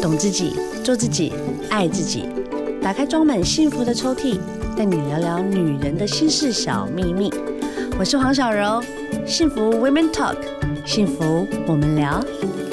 懂自己，做自己，爱自己。打开装满幸福的抽屉，带你聊聊女人的心事小秘密。我是黄小柔，幸福 Women Talk， 幸福我们聊。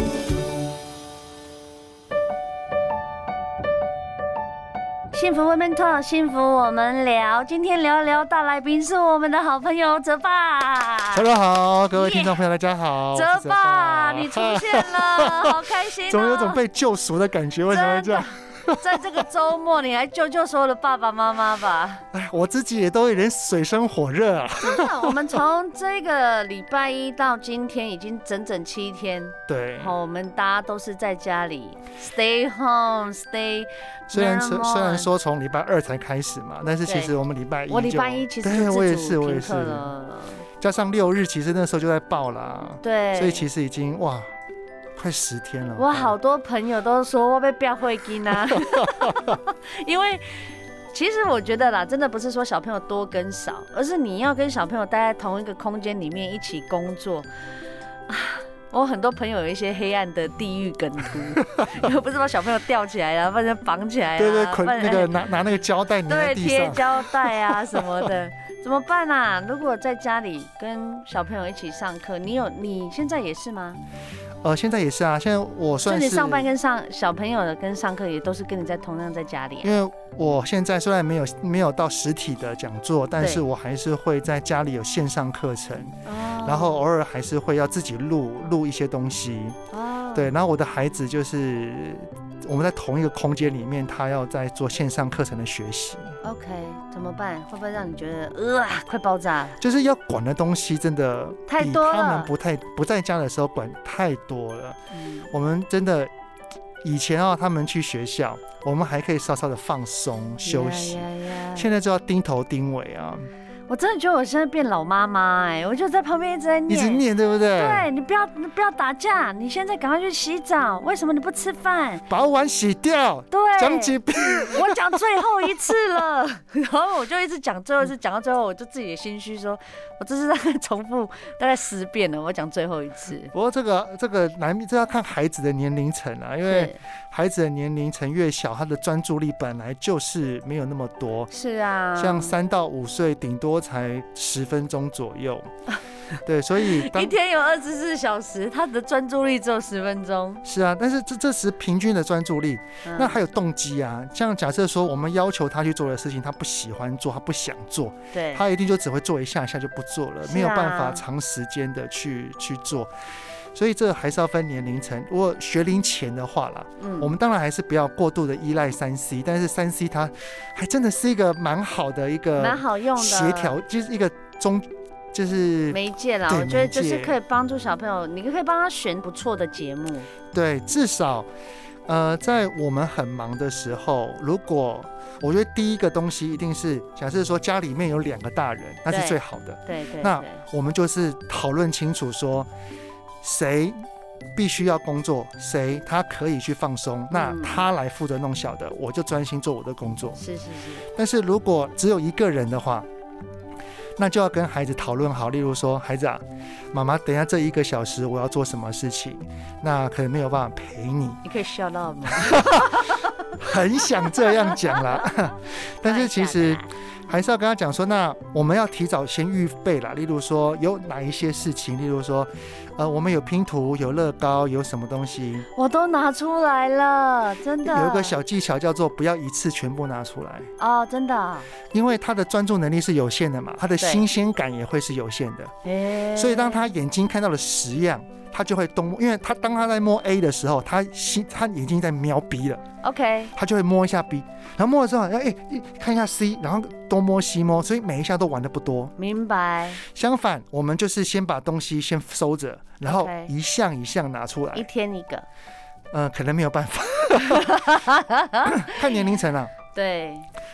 幸福 Women Talk， 幸福我们聊。今天聊聊大来宾是我们的好朋友泽爸。 大家好，各位听众朋友，大家好。 泽爸，你出现了，好开心哦！ 总有种被救赎的感觉，为什么会这样？ 在这个周末，你来救所有的爸爸妈妈吧。 哎，我自己也都有点水深火热啊。 真的，我们从这个礼拜一到今天，已经整整7天。 对， 我们大家都是在家里 ，stay home，stay。 虽然说从礼拜2才开始嘛，但是其实我们礼拜一， 我礼拜一其实对，我也是，加上6日，其实那时候就在报啦。 对， 所以其实已经哇。快10天了， 我好多朋友都说我被变会金啊，因为其实我觉得啦，真的不是说小朋友多跟少，而是你要跟小朋友待在同一个空间里面一起工作啊。我很多朋友有一些黑暗的地狱梗图，又不是把小朋友吊起来啊，把人绑起来啊， 对，那个拿那个胶带粘在地上， 对，贴胶带啊什么的，怎么办啊？如果在家里跟小朋友一起上课，你现在也是吗？ 现在也是啊，现在我算是， 所以你上班跟小朋友的跟上课也都是跟你同样在家里啊。 因为我现在虽然没有到实体的讲座，但是我还是会在家里有线上课程，然后偶尔还是会要自己录一些东西。对，然后我的孩子就是我们在同一个空间里面，他要在做线上课程的学习。 OK， 怎么办？会不会让你觉得快爆炸了？ 就是要管的东西真的太多了， 比他们不在家的时候管太多了。我们真的以前他们去学校，我们还可以稍稍的放松休息，现在就要盯头盯尾啊。 我真的觉得我现在变老妈妈我就在旁边一直在念， 对不对？ 对，你不要打架，你现在赶快去洗澡，为什么你不吃饭？ 把碗洗掉。对，讲几遍， 我讲最后一次了，然后我就一直讲最后一次，讲到最后我就自己也心虚说，我这是大概重复大概10遍了，我讲最后一次。 不过这个难，这要看孩子的年龄层啊，因为孩子的年龄层越小，他的专注力本来就是没有那么多。 是啊， 像3到5岁，顶多才10分钟左右。对，所以一天有24小时，他的专注力只有10分钟。 是啊，但是这是平均的专注力。那还有动机啊，像假设说我们要求他去做的事情，他不喜欢做，他不想做，对，他一定就只会做一下就不做了，没有办法长时间的去做。所以这还是要分年龄层。如果学龄前的话啦，我们当然还是不要过度的依赖3C， 但是3C 它还真的是一个蛮好的一个蛮好用的协调，就是一个就是媒介啦。我觉得就是可以帮助小朋友，你可以帮他选不错的节目。对， 至少在我们很忙的时候，如果我觉得第一个东西一定是，假设说家里面有2个大人，那是最好的。对，那我们就是讨论清楚说，谁必须要工作，谁他可以去放松，那他来负责弄小的，我就专心做我的工作。是。但是如果只有一个人的话，那就要跟孩子讨论好，例如说，孩子啊，妈妈等一下这1个小时我要做什么事情，那可能没有办法陪你。 你可以shut up吗？ 很想这样讲啦，但是其实还是要跟他讲说，那我们要提早先预备啦。例如说有哪一些事情，例如说我们有拼图，有乐高，有什么东西我都拿出来了，真的。 有一个小技巧叫做不要一次全部拿出来哦，真的。因为他的专注能力是有限的嘛，他的新鲜感也会是有限的，所以当他眼睛看到了10样，他就会东摸，因为当他在摸 A 的时候，他眼睛在瞄 B 了。OK， 他就会摸一下 B， 然后摸了之后，看一下 C， 然后东摸西摸，所以每一下都玩得不多。明白。相反，我们就是先把东西先收着，然后一项一项拿出来。一天1个。可能没有办法，看年龄层啊。对。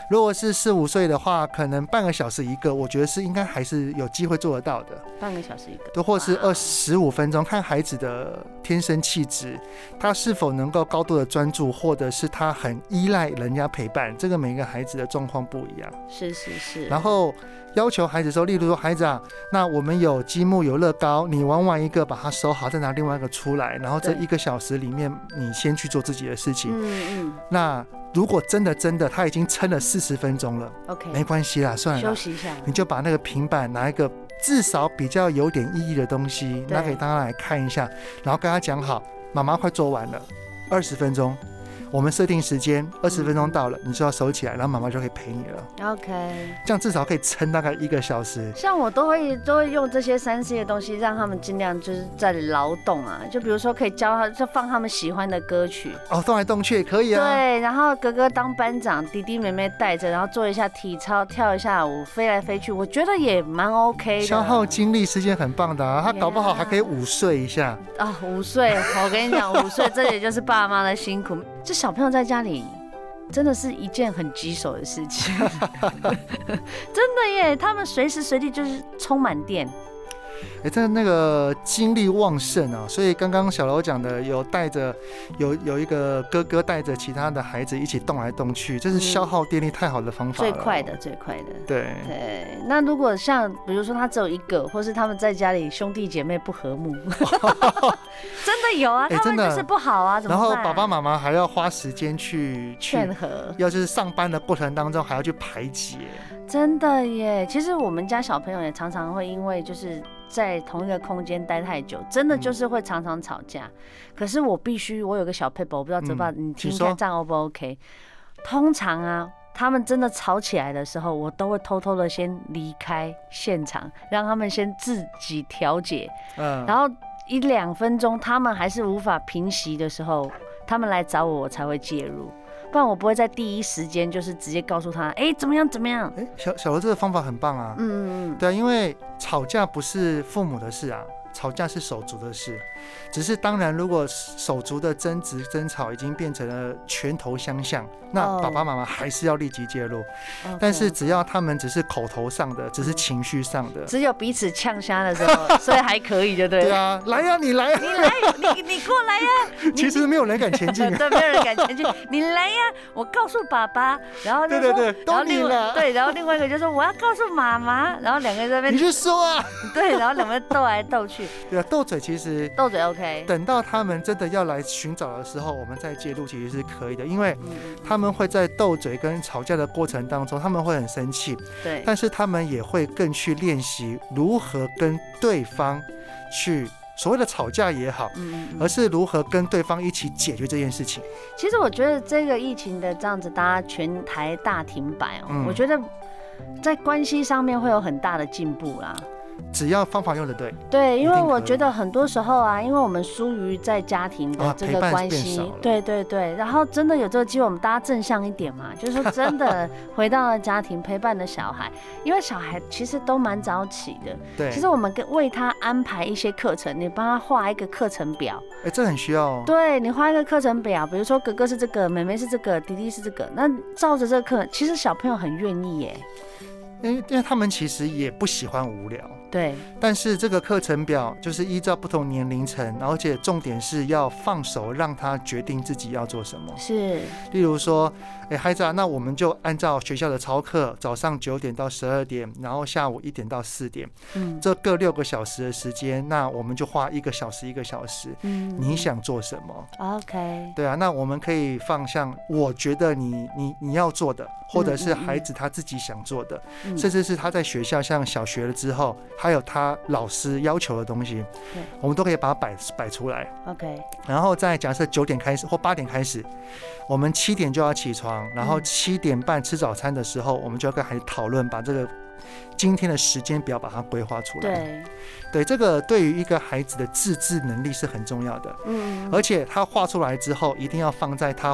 如果是4、5岁的话，可能半个小时一个，我觉得是应该还是有机会做得到的。 半个小时一个， 对，或是15分钟，看孩子的天生气质，他是否能够高度的专注，或者是他很依赖人家陪伴，这个每个孩子的状况不一样。 是。 然后要求孩子说，例如说，孩子啊，那我们有积木有乐高，你玩完一个把它收好，再拿另外一个出来，然后这1个小时里面你先去做自己的事情。那如果真的他已经撑了40分钟了 ，OK， 没关系啦，算了， 休息一下， 你就把那个平板拿一个至少比较有点意义的东西拿给大家来看一下，然后跟他讲好，妈妈快做完了，20分钟。我们设定时间，20分钟到了，你就要收起来，然后妈妈就可以陪你了。 OK， 这样至少可以撑大概1个小时。 像我都会用这些3C 的东西，让他们尽量就是在劳动啊，就比如说可以教他，就放他们喜欢的歌曲。动来动去也可以啊。对，然后哥哥当班长，弟弟妹妹带着，然后做一下体操，跳一下舞，飞来飞去，我觉得也蛮 OK 的。消耗精力是件很棒的啊，他搞不好还可以午睡一下。午睡，我跟你讲，午睡这也就是爸妈的辛苦。这小朋友在家里真的是一件很棘手的事情，真的耶，他们随时随地就是充满电。在那个精力旺盛啊，所以刚刚小楼讲的有带着有一个哥哥带着其他的孩子一起动来动去，这是消耗电力太好的方法了，最快的。对，那如果像比如说他只有一个，或是他们在家里兄弟姐妹不和睦，真的有啊，他们就是不好啊，怎么办？然后爸爸妈妈还要花时间去劝和，要就是上班的过程当中还要去排解。真的耶，其实我们家小朋友也常常会因为就是在同一个空间待太久，真的就是会常常吵架。可是我有个小撇步，我不知道哲爸你听一下这样 O 不 OK？ 通常啊，他们真的吵起来的时候，我都会偷偷的先离开现场，让他们先自己调解。然后1、2分钟他们还是无法平息的时候，他们来找我，我才会介入。不然我不会在第一时间就是直接告诉他，怎么样。小罗这个方法很棒啊。对啊，因为吵架不是父母的事啊，吵架是手足的事。只是当然，如果手足的争执争吵已经变成了拳头相向，那爸爸妈妈还是要立即介入。但是只要他们只是口头上的，只是情绪上的，只有彼此呛瞎的时候，所以还可以，就对了。对啊，来呀，你来呀，你过来呀。其实没有人敢前进。对，没有人敢前进。你来呀，我告诉爸爸，然后就说，对，都你了。对，然后另外一个就说我要告诉妈妈，然后2个人在那边，你去说啊。对，然后2个人斗来斗去。对啊，斗嘴其实斗嘴 OK。等到他们真的要来寻找的时候，我们再介入其实是可以的，因为他们会在斗嘴跟吵架的过程当中，他们会很生气，对，但是他们也会更去练习如何跟对方去所谓的吵架也好，而是如何跟对方一起解决这件事情。其实我觉得这个疫情的这样子，大家全台大停摆我觉得在关系上面会有很大的进步啦。只要方法用得对，对，因为我觉得很多时候啊，因为我们疏于在家庭的这个关系，对，然后真的有这个机会，我们大家正向一点嘛，就是说真的回到了家庭陪伴的小孩，因为小孩其实都蛮早起的，对，其实我们为他安排一些课程，你帮他画一个课程表，这很需要，对，你画一个课程表，比如说哥哥是这个，妹妹是这个，弟弟是这个，那照着这个课，其实小朋友很愿意耶。因为他们其实也不喜欢无聊，对。但是这个课程表就是依照不同年龄层，而且重点是要放手让他决定自己要做什么。是，例如说，孩子啊，那我们就按照学校的操课，早上9点到12点，然后下午1点到4点，这各6个小时的时间，那我们就花1个小时1个小时，你想做什么 ？OK， 对啊，那我们可以放像我觉得你要做的，或者是孩子他自己想做的。甚至是他在学校像小学了之后，还有他老师要求的东西，我们都可以把它摆出来。OK， 然后再假设9点开始或8点开始，我们7点就要起床，然后7点半吃早餐的时候，我们就要跟孩子讨论，把这个今天的时间表把它规划出来。对，这个对于一个孩子的自制能力是很重要的。而且他画出来之后，一定要放在他会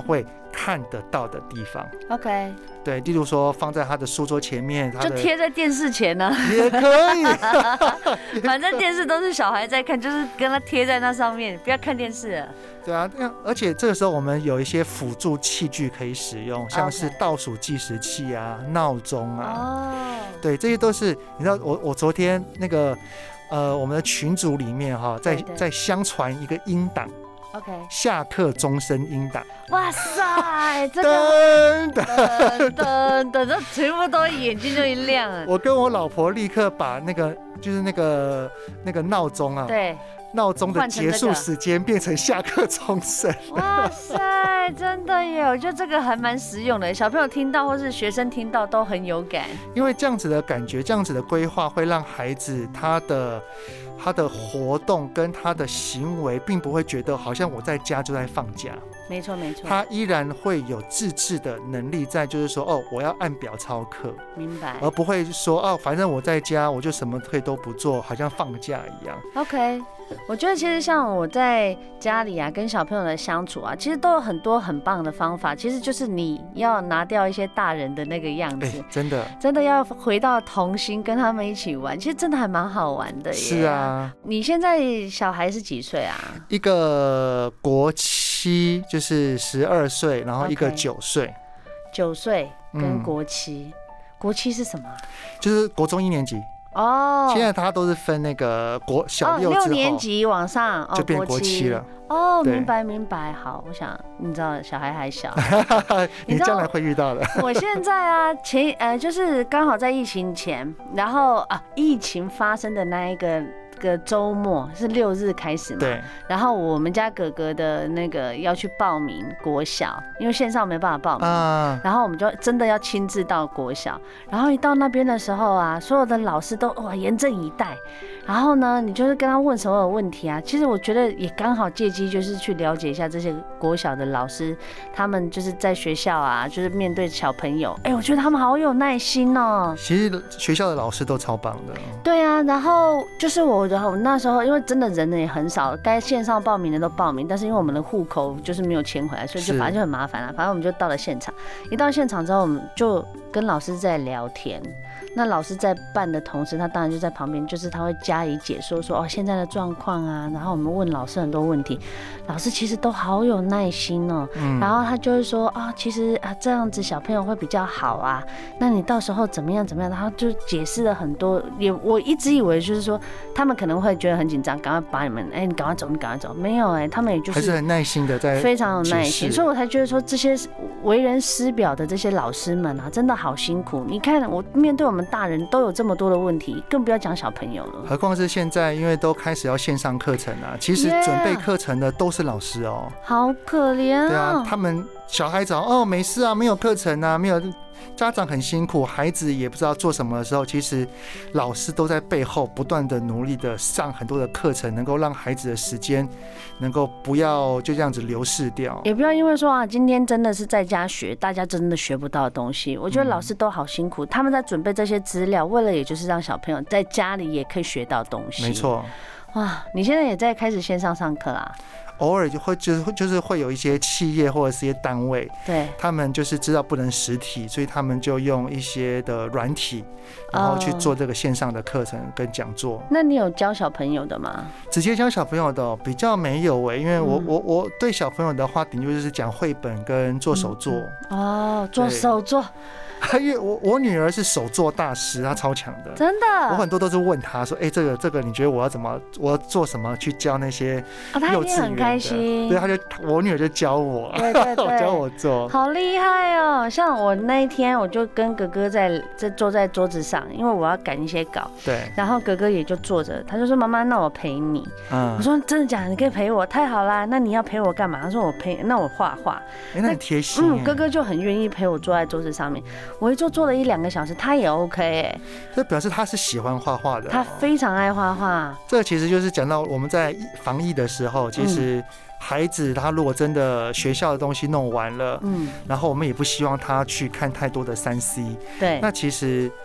看得到的地方。 OK， 对，例如说放在他的书桌前面， 就贴在电视前呢， 也可以。 反正电视都是小孩在看，就是跟他贴在那上面，不要看电视了。 对啊，而且这个时候我们有一些辅助器具可以使用，像是倒数计时器啊、闹钟啊。对，这些都是你知道，我昨天那个我们的群组里面哈，在相传一个音档。 OK， 下课钟声音档。 哇塞，这个噔，这全部都眼睛就一亮了。 我跟我老婆立刻把那个就是那个闹钟啊， 对， 闹钟的结束时间变成下课钟声。 哇塞，真的耶！我觉得这个还蛮实用的，小朋友听到或是学生听到都很有感。 因为这样子的感觉，这样子的规划会让孩子他的活动跟他的行为，并不会觉得好像我在家就在放假。 没错没错， 他依然会有自制的能力在，就是说我要按表操课， 明白， 而不会说反正我在家我就什么可以都不做，好像放假一样。 OK， 我觉得其实像我在家里啊，跟小朋友的相处啊，其实都有很多很棒的方法。其实就是你要拿掉一些大人的那个样子，真的要回到童心，跟他们一起玩，其实真的还蛮好玩的耶。 是啊， 你现在小孩是几岁啊？ 一个国7，就是12岁，然后一个9岁。 9岁跟国7，国7是什么？ 就是国中1年级。现在他都是分那个小6之后 6年级往上就变国7了。 明白。好，我想你知道小孩还小， 你将来会遇到的。 我现在啊，就是刚好在疫情前，然后疫情发生的那一个周末是6日开始嘛， 对。 然后我们家哥哥的那个要去报名国小，因为线上没办法报名，然后我们就真的要亲自到国小。然后一到那边的时候啊，所有的老师都严阵以待。然后呢，你就是跟他问所有问题啊。其实我觉得也刚好借机就是去了解一下这些国小的老师，他们就是在学校啊，就是面对小朋友，我觉得他们好有耐心哦。 其实学校的老师都超棒的。 对啊，然后就是我那时候因为真的人也很少，该线上报名的都报名，但是因为我们的户口就是没有迁回来，所以就反正就很麻烦了。反正我们就到了现场，一到现场之后，我们就跟老师在聊天。那老师在办的同时，他当然就在旁边，就是他会加以解说，说现在的状况啊，然后我们问老师很多问题，老师其实都好有耐心哦。然后他就会说其实这样子小朋友会比较好啊，那你到时候怎么样，然后就解释了很多。我一直以为就是说他们可能会觉得很紧张，赶快把你们你赶快走，没有他们也就是还是很耐心的在非常有耐心，所以我才觉得说这些为人师表的这些老师们啊，真的好辛苦。你看我面对我们大人都有这么多的问题，更不要讲小朋友了。 何况是现在，因为都开始要线上课程啊，其实准备课程的都是老师哦。 好可怜啊！ 对啊，他们小孩子没事啊，没有课程啊，没有。家长很辛苦，孩子也不知道做什么的时候，其实老师都在背后不断的努力的上很多的课程，能够让孩子的时间能够不要就这样子流逝掉， 也不要因为说今天真的是在家学，大家真的学不到的东西。我觉得老师都好辛苦，他们在准备这些资料，为了也就是让小朋友在家里也可以学到东西。 没错。 哇，你现在也在开始线上上课啊？ 偶尔就是会有一些企业或者是一些单位， 对， 他们就是知道不能实体，所以他们就用一些的软体，然后去做这个线上的课程跟讲座。 那你有教小朋友的吗？ 直接教小朋友的比较没有因为我对小朋友的话，顶多就是讲绘本跟做手作。 做手作。 因为我女儿是手作大师，她超强的， 真的。 我很多都是问她说，这个你觉得我要做什么去教那些幼稚园的？她一定很开心。对，我女儿就教我，对教我做， 好厉害哦！像我那一天，我就跟哥哥在坐在桌子上，因为我要赶一些稿， 对。 然后哥哥也就坐着，他就说：“妈妈，那我陪你。”我说：“真的假的？你可以陪我，太好啦！那你要陪我干嘛？”他说：“那我画画。” 那很贴心。 哥哥就很愿意陪我坐在桌子上面。我一坐了1-2个小时，他也 OK 这表示他是喜欢画画的， 他非常爱画画。 这其实就是讲到我们在防疫的时候，其实孩子他如果真的学校的东西弄完了，然后我们也不希望他去看太多的3C， 对， 那其实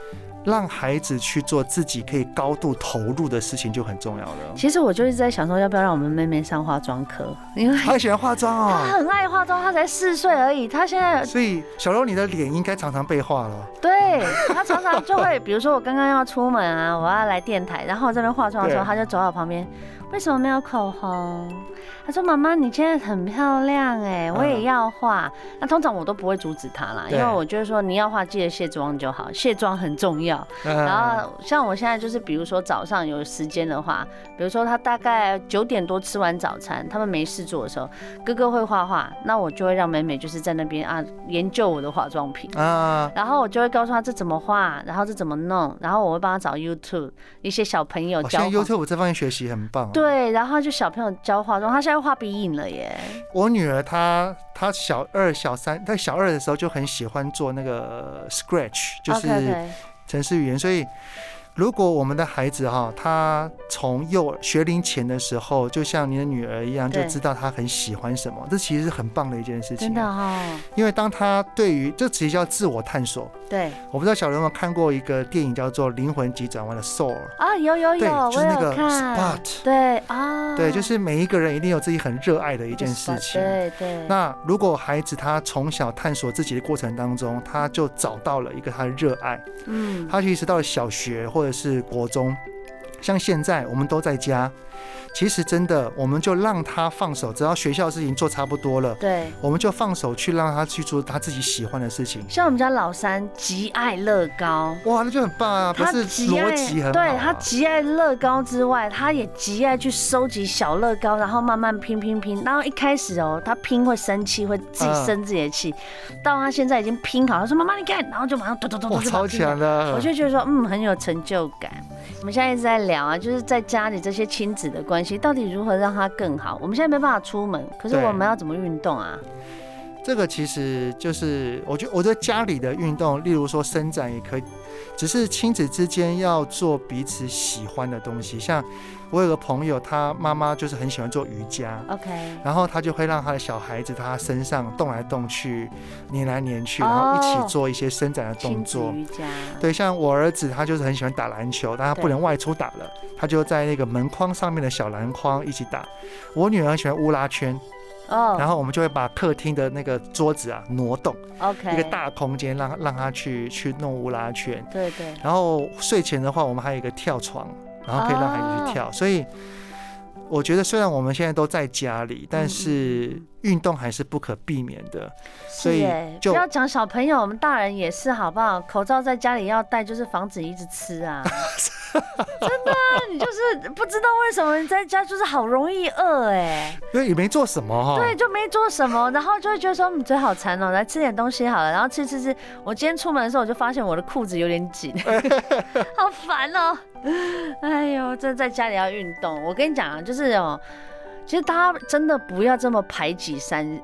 让孩子去做自己可以高度投入的事情就很重要了。 其实我就一直在想说，要不要让我们妹妹上化妆课，因为她喜欢化妆哦， 她很爱化妆，她才4岁而已，她现在， 所以小柔你的脸应该常常被画了。 对，她常常就会，比如说我刚刚要出门啊，我要来电台，然后我这边化妆的时候，她就走到我旁边，为什么没有口红？她说妈妈你今天很漂亮哎，我也要画。那通常我都不会阻止她啦，因为我觉得说你要画记得卸妆就好，卸妆很重要。然后像我现在就是比如说早上有时间的话，比如说她大概9点多吃完早餐，他们没事做的时候，哥哥会画画，那我就会让美美就是在那边啊研究我的化妆品啊，然后我就会告诉她这怎么画，然后这怎么弄，然后我会帮她找 YouTube 一些小朋友教。 现在 YouTube 这方面学习很棒。 对，然后就小朋友教化妆，她现在画鼻影了耶。 我女儿她小2、小3，她小2的时候就很喜欢做那个 Scratch， 就是程式语言，所以如果我们的孩子他从学龄前的时候，就像你的女儿一样，就知道他很喜欢什么，这其实是很棒的一件事情。 真的哦， 因为当他对于这其实叫自我探索。 对， 我不知道小刘有没有看过一个电影叫做《灵魂急转弯》的 Soul 啊，有， 对，就是那个 Spot， 对啊， 对，就是每一个人一定有自己很热爱的一件事情。 对。 那如果孩子他从小探索自己的过程当中，他就找到了一个他的热爱，他其实到了小学或者是国中，像现在我们都在家，其实真的我们就让他放手，只要学校的事情做差不多了，对，我们就放手去让他去做他自己喜欢的事情。 像我们家老三极爱乐高， 哇，那就很棒啊，不是逻辑很好啊。 对，他极爱乐高之外，他也极爱去收集小乐高，然后慢慢拼。然后一开始他拼会生气，会自己生自己的气，到他现在已经拼好，他说妈妈你看，然后就马上咚， 哇，超强的， 我就觉得说很有成就感。我们现在一直在聊啊，就是在家里这些亲子的关系到底如何让它更好。我们现在没办法出门，可是我们要怎么运动啊？ 这个其实就是我觉得家里的运动，例如说伸展也可以，只是亲子之间要做彼此喜欢的东西。像我有个朋友，他妈妈就是很喜欢做瑜伽 ，OK， 然后他就会让他的小孩子他身上动来动去、黏来黏去，然后一起做一些伸展的动作。 亲子瑜伽。对， 像我儿子他就是很喜欢打篮球，但他不能外出打了，他就在那个门框上面的小篮筐一起打。我女儿很喜欢乌拉圈。然后我们就会把客厅的那个桌子挪动 ，OK， 一个大空间让他去弄乌拉圈，对。然后睡前的话，我们还有一个跳床，然后可以让孩子去跳。所以我觉得虽然我们现在都在家里，但是运动还是不可避免的。所以不要讲小朋友，我们大人也是，好不好？口罩在家里要戴，就是防止一直吃啊。真的啊，你就是不知道为什么你在家就是好容易饿哎， 因为也没做什么对，就没做什么，然后就会觉得说嘴好馋哦，来吃点东西好了，然后吃。我今天出门的时候我就发现我的裤子有点紧，好烦哦。哎呦，这在家里要运动，我跟你讲啊，就是其实大家真的不要这么排挤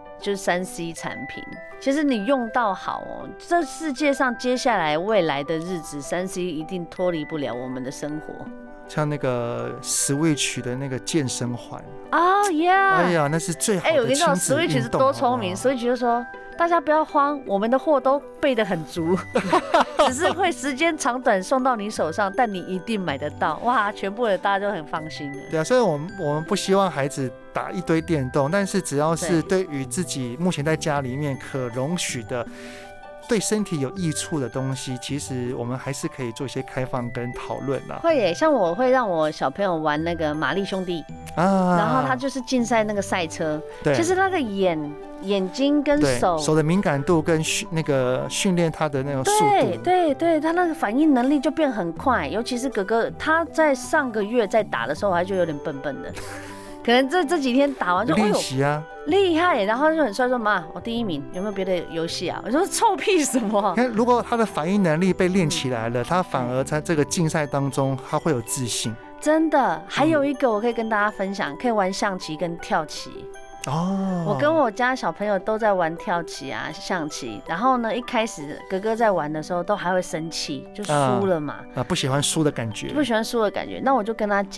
3C 产品。其实你用到好这世界上接下来未来的日子，3C 一定脱离不了我们的生活。 像那个 Switch 的那个健身环哎呀，那是最好的亲子运动。我跟你讲 ，Switch 是多聪明，Switch 就说大家不要慌，我们的货都备得很足，只是会时间长短送到你手上，但你一定买得到。哇，全部的大家都很放心了。 对啊，所以我们不希望孩子打一堆电动，但是只要是对于自己目前在家里面可容许的。对身体有益处的东西，其实我们还是可以做一些开放跟讨论啦。 会耶，像我会让我小朋友玩那个玛丽兄弟然后他就是竞赛那个赛车，其实他的眼睛跟手的敏感度跟那个训练他的那种速度， 对，他那个反应能力就变很快。尤其是哥哥，他在上个月在打的时候，我还觉得有点笨的。可能这几天打完就练习啊， 厉害，然后就很帅说妈，我第1名，有没有别的游戏啊？我说臭屁什么？ 如果他的反应能力被练起来了，他反而在这个竞赛当中他会有自信。 真的，还有一个我可以跟大家分享，可以玩象棋跟跳棋。我跟我家小朋友都在玩跳棋啊、象棋，然后呢，一开始哥哥在玩的时候都还会生气，就输了嘛， 不喜欢输的感觉， 那我就跟他讲，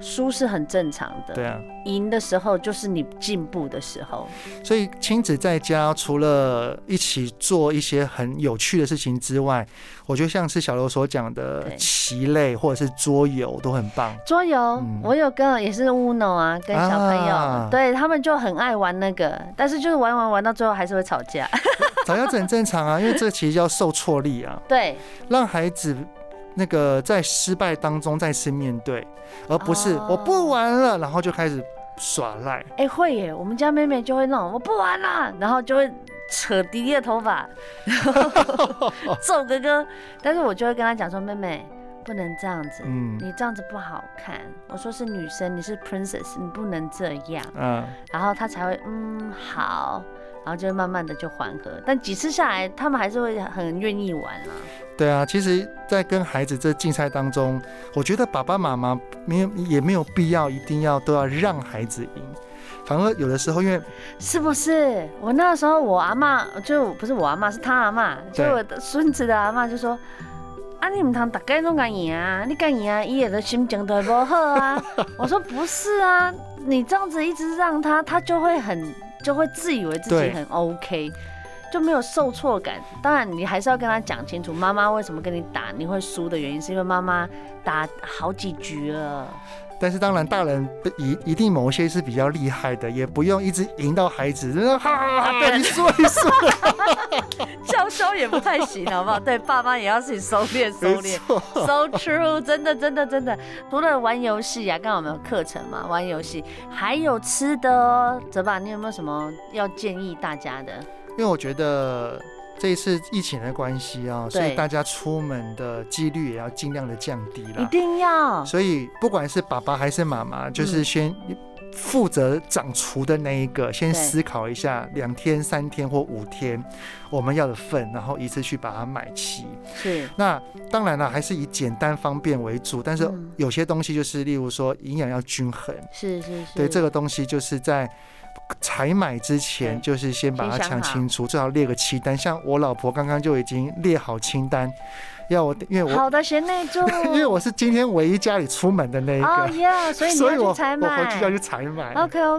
输是很正常的， 对啊， 赢的时候就是你进步的时候。 所以亲子在家除了一起做一些很有趣的事情之外，我觉得像是小柔所讲的棋类或者是桌游都很棒。 桌游，我有也是 Uno 啊，跟小朋友，对他们就很爱玩那个，但是就是玩到最后还是会吵架。 吵架很正常啊，因为这其实叫受挫力啊。 对， 让孩子那个在失败当中再次面对，而不是我不玩了，然后就开始耍赖。 会耶，我们家妹妹就会那种我不玩了，然后就会扯弟弟的头发，然后揍哥哥。但是我就会跟他讲说，妹妹不能这样子，你这样子不好看。我说是女生，你是 princess， 你不能这样。然后他才会好。然后就慢慢的就缓和，但几次下来，他们还是会很愿意玩啊。 对啊，其实，在跟孩子这竞赛当中，我觉得爸爸妈妈也没有必要一定都要让孩子赢，反而有的时候，因为是不是？我那时候我阿嬷就不是我阿嬷，是他阿嬷，就我的孙子的阿嬷就说。啊，你唔通大家都敢赢啊！你敢赢啊，伊的心情都不好啊。我说不是啊，你这样子一直让他就会自以为自己很 OK， 就没有受挫感。当然，你还是要跟他讲清楚，妈妈为什么跟你打，你会输的原因是因为妈妈打好几局了。 但是当然，大人一定某些是比较厉害的，也不用一直赢到孩子，对，你说一说， 娇羞也不太行，好不好？对，爸妈也要自己收敛。So true， 真的。除了玩游戏啊，刚刚我们有课程嘛，玩游戏，还有吃的哦。泽爸，你有没有什么要建议大家的？ 因为我觉得。这一次疫情的关系啊，所以大家出门的几率也要尽量的降低啦。 一定要。 所以不管是爸爸还是妈妈，就是先负责掌厨的那一个，先思考一下2天、3天或5天我们要的份，然后一次去把它买齐。 是。 那当然了，还是以简单方便为主，但是有些东西就是，例如说营养要均衡。 是。 对，这个东西就是在。采买之前就是先把它讲清楚，最好列个清单。像我老婆刚刚就已经列好清单，要我因为我好的贤内助， 因为我是今天唯一家里出门的那一个， 所以你要去采买， 我回去要去采买。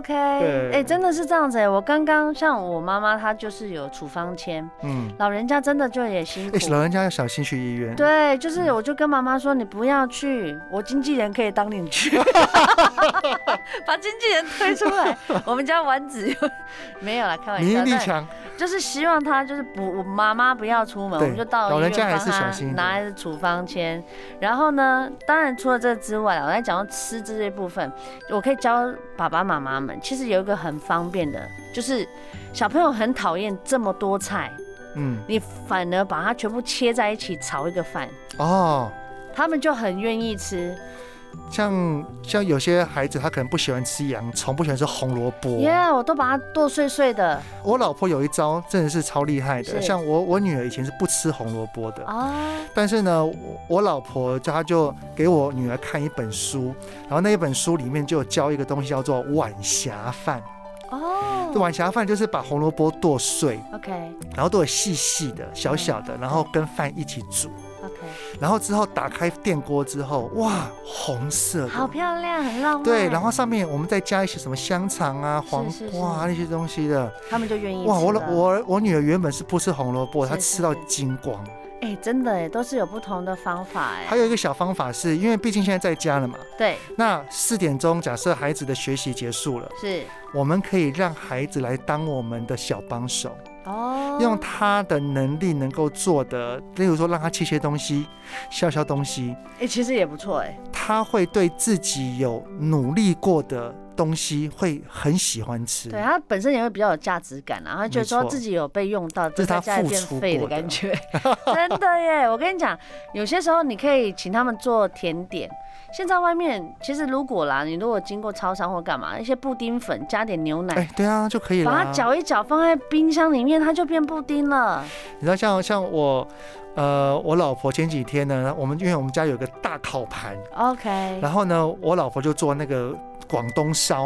OK， 对，真的是这样子。我刚刚像我妈妈，她就是有处方签，老人家真的就也辛苦， 老人家要小心去医院。 对，就是我就跟妈妈说，你不要去，我经纪人可以当你去，把经纪人推出来。我们家丸子没有啦，开玩笑， 免疫力强， 就是希望他就是我妈妈不要出门，我们就到医院老人家还是小心拿处方签。然后呢，当然除了这之外，我在讲到吃这些部分，我可以教爸爸妈妈们，其实有一个很方便的，就是小朋友很讨厌这么多菜，你反而把它全部切在一起炒一个饭，他们就很愿意吃。 像有些孩子他可能不喜欢吃洋葱，不喜欢吃红萝卜， 我都把它剁碎碎的。 我老婆有一招真的是超厉害的，像我女儿以前是不吃红萝卜的，但是呢，我老婆她就给我女儿看一本书，然后那一本书里面就有教一个东西叫做晚霞饭。晚霞饭就是把红萝卜剁碎 ，OK， 然后剁得细细的、小小的，然后跟饭一起煮。然后之后打开电锅之后，哇，红色的， 好漂亮，很浪漫。 对，然后上面我们再加一些什么香肠啊、黄瓜那些东西的， 他们就愿意吃。 哇，我女儿原本是不吃红萝卜，她吃到精光。 真的都是有不同的方法还有一个小方法是，因为毕竟现在在家了嘛， 对。 那4点钟，假设孩子的学习结束了， 是， 我们可以让孩子来当我们的小帮手。用他的能力能够做的，例如说让他切些东西、削东西， 其实也不错他会对自己有努力过的东西会很喜欢吃， 对，他本身也会比较有价值感啊，他觉得说自己有被用到， 这是他付出过的感觉。真的耶！我跟你讲，有些时候你可以请他们做甜点。现在外面其实如果经过超商或干嘛，一些布丁粉加点牛奶， 对啊就可以了， 把它搅一搅放在冰箱里面，它就变布丁了。 你知道像我老婆前几天呢，因为我们家有个大烤盘 ，OK， 然后呢，我老婆就做那个广东烧。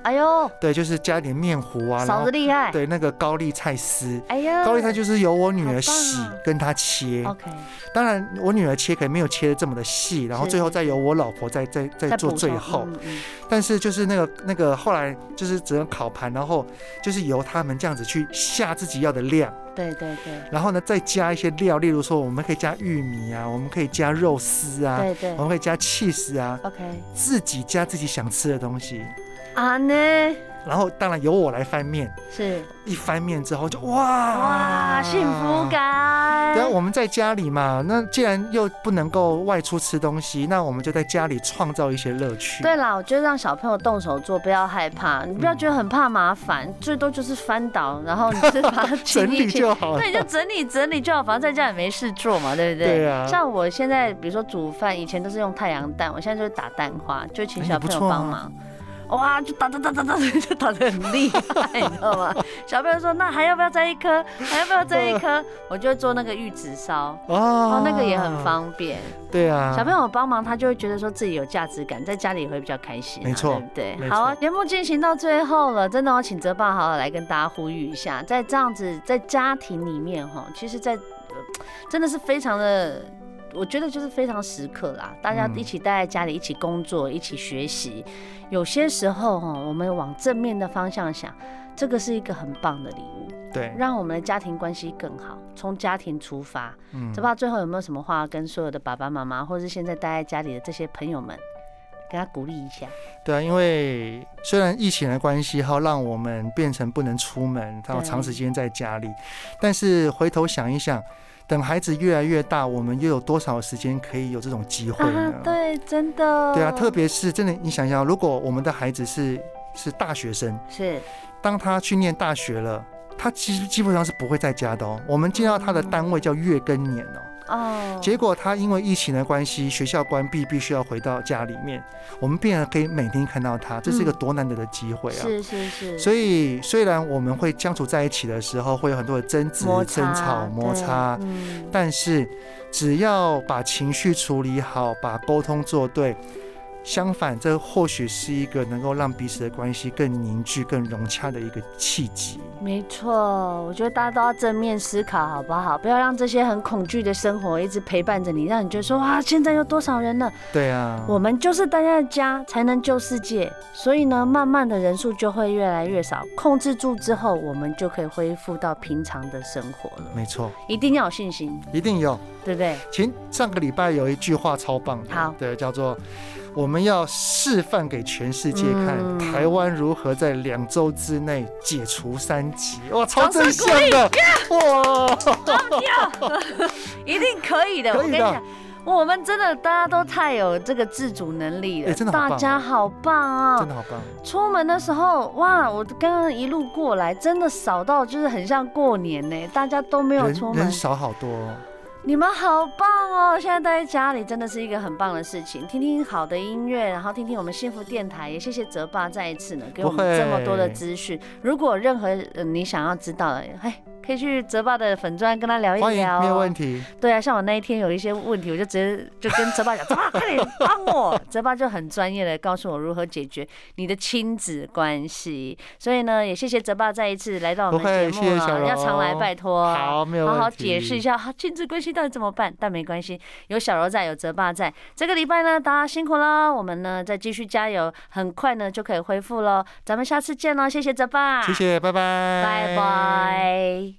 哎呦， 对，就是加点面糊啊， 嫂子厉害。 对，那个高丽菜丝， 哎呀， 高丽菜就是由我女儿洗跟她切。 OK， 当然我女儿切可能没有切的这么的细，然后最后再由我老婆再做最后。但是就是那个后来就是只能烤盘，然后就是由他们这样子去下自己要的量。 对对对， 然后呢，再加一些料，例如说我们可以加玉米啊，我们可以加肉丝啊， 对对， 我们可以加cheese啊 ，OK， 自己加自己想吃的东西啊呢。 然后当然由我来翻面， 是一翻面之后就哇幸福感。 对啊，我们在家里嘛，那既然又不能够外出吃东西，那我们就在家里创造一些乐趣。 对啦，我觉得让小朋友动手做，不要害怕，你不要觉得很怕麻烦，最多就是翻倒，然后你就把它整理就好了。 对，你就整理就好，反正在家也没事做嘛，对不对？ 对啊。像我现在比如说煮饭，以前都是用太阳蛋，我现在就是打蛋花，就请小朋友帮忙。哇，就打，就打得很厉害，你知道吗？小朋友说：“那还要不要再一颗？还要不要再一颗？”我就会做那个玉子烧，那个也很方便。 对啊， 小朋友帮忙，他就会觉得说自己有价值感，在家里也会比较开心， 没错， 对不对？好啊，节目进行到最后了，真的要请泽爸好好来跟大家呼吁一下，在这样子在家庭里面哈，其实真的是非常的。我觉得就是非常时刻啦，大家一起待在家里，一起工作，一起学习。有些时候我们往正面的方向想，这个是一个很棒的礼物， 对， 让我们的家庭关系更好，从家庭出发。泽爸最后有没有什么话跟所有的爸爸妈妈，或是现在待在家里的这些朋友们，给他鼓励一下？ 对啊，因为虽然疫情的关系让我们变成不能出门，然后长时间在家里，但是回头想一想。等孩子越来越大，我们又有多少时间可以有这种机会呢？ 对，真的。 对啊，特别是真的，你想想，如果我们的孩子是大学生， 是当他去念大学了，他其实基本上是不会在家的哦。我们见到他的单位叫月耕年哦。结果他因为疫情的关系，学校关闭，必须要回到家里面。我们变得可以每天看到他，这是一个多难得的机会啊！ 是。 所以虽然我们会相处在一起的时候，会有很多的争执、争吵、摩擦，但是只要把情绪处理好，把沟通做对。相反，这或许是一个能够让彼此的关系更凝聚、更融洽的一个契机。 没错，我觉得大家都要正面思考，好不好？不要让这些很恐惧的生活一直陪伴着你，让你觉得说哇，现在有多少人了？ 对啊， 我们就是大家的家，才能救世界。所以呢，慢慢的人数就会越来越少，控制住之后，我们就可以恢复到平常的生活了。 没错，一定要有信心， 一定有， 对不对？ 上个礼拜有一句话超棒的， 好， 对，叫做。我们要示范给全世界看，台湾如何在2周之内解除3级。哇，超正向的！哇，一定可以的。我跟你讲，我们真的大家都太有这个自主能力了，真的大家好棒啊！真的好棒。出门的时候，哇，我刚刚一路过来，真的少到就是很像过年呢，大家都没有出门，人少好多哦。你们好棒哦！现在待在家里真的是一个很棒的事情，听听好的音乐，然后听听我们幸福电台，也谢谢泽爸再一次呢给我们这么多的资讯。如果任何你想要知道的，可以去泽爸的粉专跟他聊一聊，欢迎，没有问题。对啊，像我那一天有一些问题，我就直接就跟泽爸讲，泽爸快点帮我。泽爸就很专业的告诉我如何解决你的亲子关系。所以呢，也谢谢泽爸再一次来到我们节目了，要常来拜托。好，没有问题。好好解释一下亲子关系到底怎么办？但没关系，有小柔在，有泽爸在。这个礼拜呢，大家辛苦了，我们呢再继续加油，很快呢就可以恢复了。咱们下次见喽，谢谢泽爸，谢谢，拜拜，拜拜。